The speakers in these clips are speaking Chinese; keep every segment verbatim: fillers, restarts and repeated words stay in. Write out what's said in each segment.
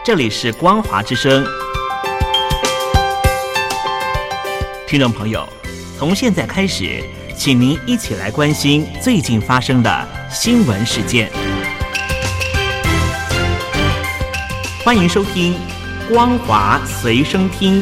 这里是光华之声。听众朋友，从现在开始，请您一起来关心最近发生的新闻事件。欢迎收听光华随身听。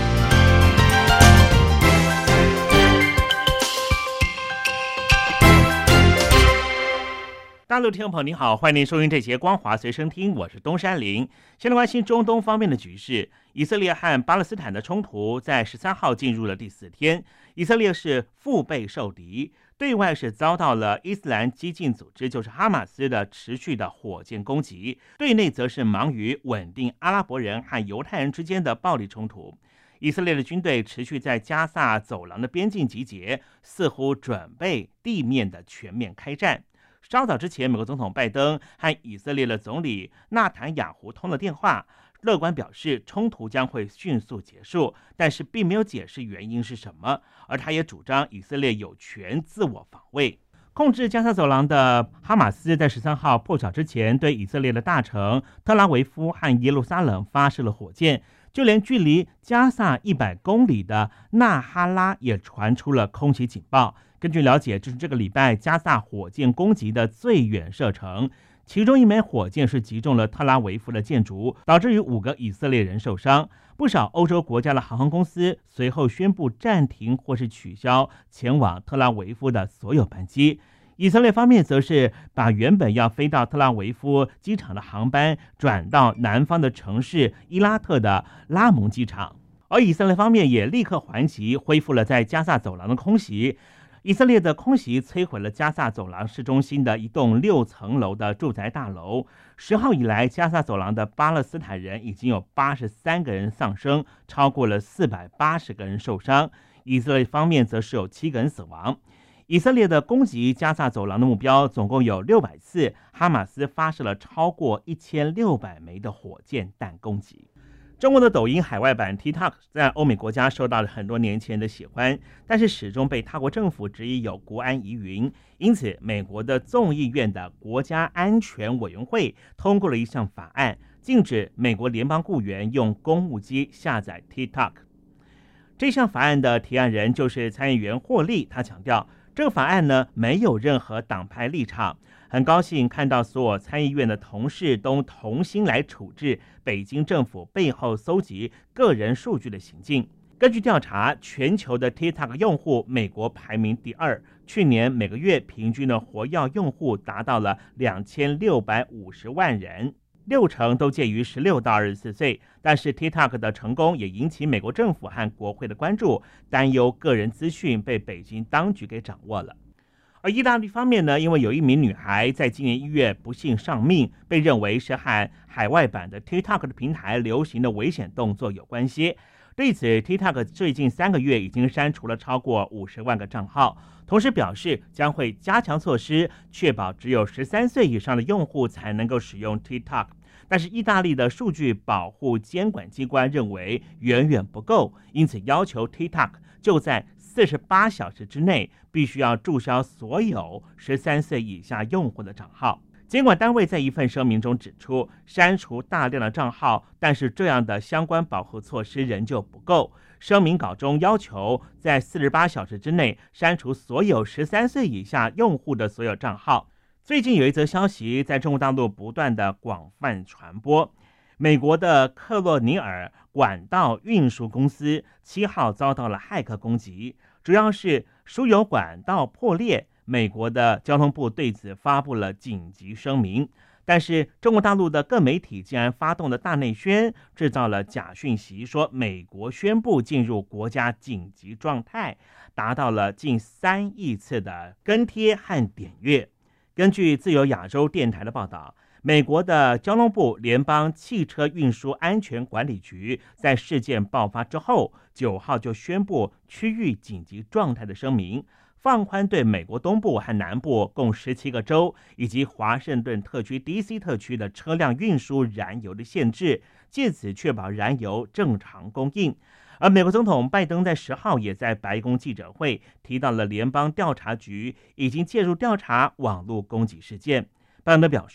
大陆听众朋友您好，欢迎您收听这节光华随身听，我是东山林。先来关心中东方面的局势，以色列和巴勒斯坦的冲突在十三号进入了第四天，以色列是腹背受敌，对外是遭到了伊斯兰激进组织就是哈马斯的持续的火箭攻击，对内则是忙于稳定阿拉伯人和犹太人之间的暴力冲突。以色列的军队持续在加萨走廊的边境集结，似乎准备地面的全面开战。稍早之前，美国总统拜登和以色列的总理纳坦雅胡通了电话，乐观表示冲突将会迅速结束，但是并没有解释原因是什么，而他也主张以色列有权自我防卫。控制加萨走廊的哈马斯在十三号破晓之前对以色列的大城特拉维夫和耶路撒冷发射了火箭，就连距离加萨一百公里的纳哈拉也传出了空袭警报。根据了解，这是这个礼拜加萨火箭攻击的最远射程，其中一枚火箭是击中了特拉维夫的建筑，导致于五个以色列人受伤。不少欧洲国家的航空公司随后宣布暂停或是取消前往特拉维夫的所有班机。以色列方面则是把原本要飞到特拉维夫机场的航班转到南方的城市伊拉特的拉蒙机场，而以色列方面也立刻还击，恢复了在加萨走廊的空袭。以色列的空袭摧毁了加萨走廊市中心的一栋六层楼的住宅大楼。十号以来，加萨走廊的巴勒斯坦人已经有八十三个人丧生，超过了四百八十个人受伤。以色列方面则是有七个人死亡。以色列的攻击加萨走廊的目标总共有六百次，哈马斯发射了超过一千六百枚的火箭弹攻击。中国的抖音海外版 TikTok 在欧美国家受到了很多年轻人的喜欢，但是始终被他国政府质疑有国安疑云，因此美国的众议院的国家安全委员会通过了一项法案，禁止美国联邦雇员用公务机下载 TikTok。 这项法案的提案人就是参议员霍利，他强调这个法案呢没有任何党派立场，很高兴看到所有参议院的同事都同心来处置北京政府背后搜集个人数据的行径。根据调查，全球的 TikTok 用户美国排名第二，去年每个月平均的活跃用户达到了两千六百五十万人，六成都介于十六到二十四岁。但是 TikTok 的成功也引起美国政府和国会的关注，担忧个人资讯被北京当局给掌握了。而意大利方面呢，因为有一名女孩在今年一月不幸丧命，被认为是和海外版的 TikTok 的平台流行的危险动作有关系。对此 TikTok 最近三个月已经删除了超过五十万个账号，同时表示将会加强措施，确保只有十三岁以上的用户才能够使用 TikTok。但是意大利的数据保护监管机关认为远远不够，因此要求 TikTok 就在四十八小时之内必须要注销所有十三岁以下用户的账号。监管单位在一份声明中指出，删除大量的账号，但是这样的相关保护措施仍旧不够。声明稿中要求在四十八小时之内删除所有十三岁以下用户的所有账号。最近有一则消息在中国大陆不断的广泛传播，美国的克洛尼尔管道运输公司七号遭到了骇客攻击，主要是输油管道破裂。美国的交通部对此发布了紧急声明，但是中国大陆的各媒体竟然发动了大内宣，制造了假讯息，说美国宣布进入国家紧急状态，达到了近三亿次的跟贴和点阅。根据自由亚洲电台的报道，美国的交通部联邦汽车运输安全管理局在事件爆发之后，九号就宣布区域紧急状态的声明，放宽对美国东部和南部共十七个州以及华盛顿特区 D C 特区的车辆运输燃油的限制，借此确保燃油正常供应。而美国总统拜登在十号也在白宫记者会提到了联邦调查局已经介入调查网络攻击事件。拜登表示，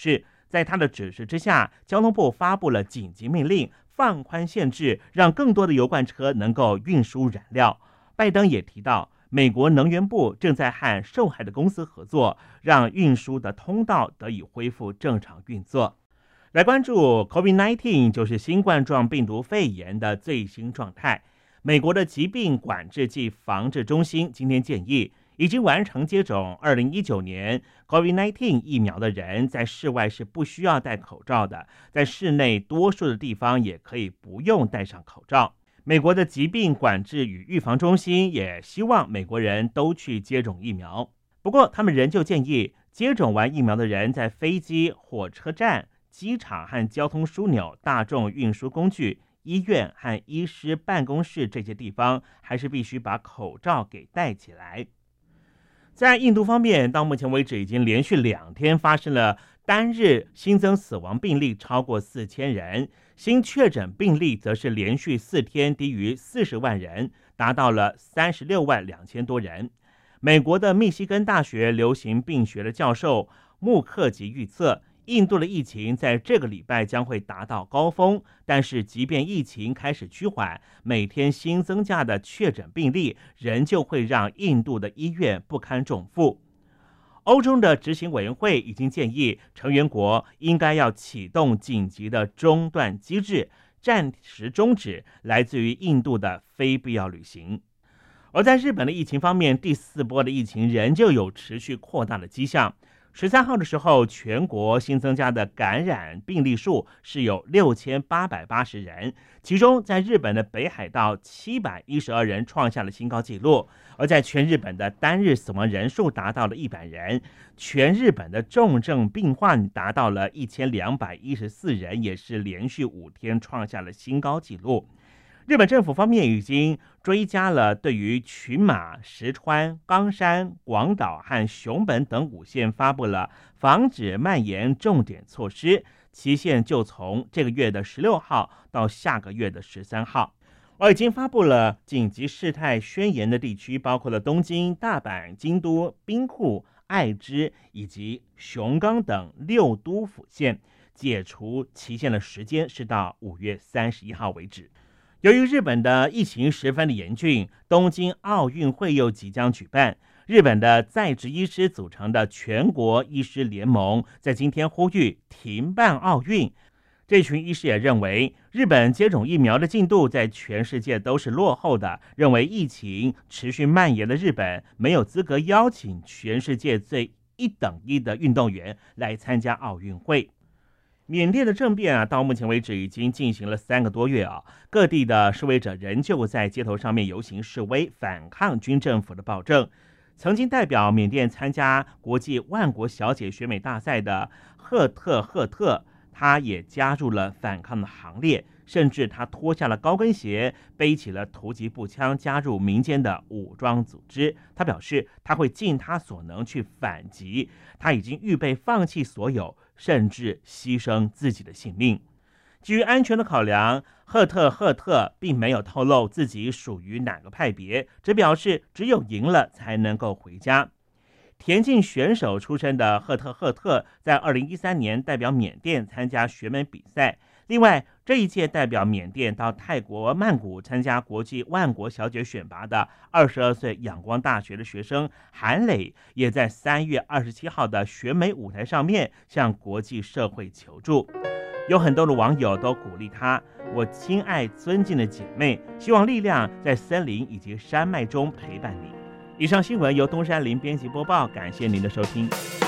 在他的指示之下，交通部发布了紧急命令，放宽限制，让更多的油罐车能够运输燃料。拜登也提到，美国能源部正在和受害的公司合作，让运输的通道得以恢复正常运作。来关注 COVID 十九， 就是新冠状病毒肺炎的最新状态。美国的疾病管制及防治中心今天建议，已经完成接种二零一九年 COVID 十九 疫苗的人，在室外是不需要戴口罩的，在室内多数的地方也可以不用戴上口罩。美国的疾病管制与预防中心也希望美国人都去接种疫苗，不过他们仍旧建议，接种完疫苗的人在飞机、火车站、机场和交通枢纽、大众运输工具、医院和医师办公室这些地方，还是必须把口罩给戴起来。在印度方面，到目前为止已经连续两天发生了单日新增死亡病例超过四千人，新确诊病例则是连续四天低于四十万人，达到了三十六万两千多人。美国的密西根大学流行病学的教授穆克吉预测，印度的疫情在这个礼拜将会达到高峰，但是即便疫情开始趋缓，每天新增加的确诊病例仍旧会让印度的医院不堪重负。欧洲的执行委员会已经建议成员国应该要启动紧急的中断机制，暂时终止来自于印度的非必要旅行。而在日本的疫情方面，第四波的疫情仍旧有持续扩大的迹象。十三号的时候，全国新增加的感染病例数是有六千八百八十人，其中在日本的北海道七百一十二人创下了新高纪录，而在全日本的单日死亡人数达到了一百人，全日本的重症病患达到了一千两百一十四人，也是连续五天创下了新高纪录。日本政府方面已经追加了对于群马、石川、冈山、广岛和熊本等五县发布了防止蔓延重点措施，期限就从这个月的十六号到下个月的十三号。而已经发布了紧急事态宣言的地区包括了东京、大阪、京都、兵库、爱知以及熊冈等六都府县，解除期限的时间是到五月三十一号为止。由于日本的疫情十分的严峻，东京奥运会又即将举办，日本的在职医师组成的全国医师联盟在今天呼吁停办奥运。这群医师也认为，日本接种疫苗的进度在全世界都是落后的，认为疫情持续蔓延的日本没有资格邀请全世界最一等一的运动员来参加奥运会。缅甸的政变啊，到目前为止已经进行了三个多月啊，各地的示威者仍旧在街头上面游行示威，反抗军政府的暴政。曾经代表缅甸参加国际万国小姐选美大赛的赫特赫特，他也加入了反抗的行列，甚至他脱下了高跟鞋，背起了突击步枪，加入民间的武装组织。他表示，他会尽他所能去反击，他已经预备放弃所有，甚至牺牲自己的性命。基于安全的考量，赫特赫特并没有透露自己属于哪个派别，只表示只有赢了才能够回家。田径选手出身的赫特赫特在二零一三年代表缅甸参加选美比赛，另外这一届代表缅甸到泰国曼谷参加国际万国小姐选拔的二十二岁仰光大学的学生韩磊，也在三月二十七号的选美舞台上面向国际社会求助。有很多的网友都鼓励他，我亲爱尊敬的姐妹，希望力量在森林以及山脉中陪伴你。以上新闻由东山林编辑播报，感谢您的收听。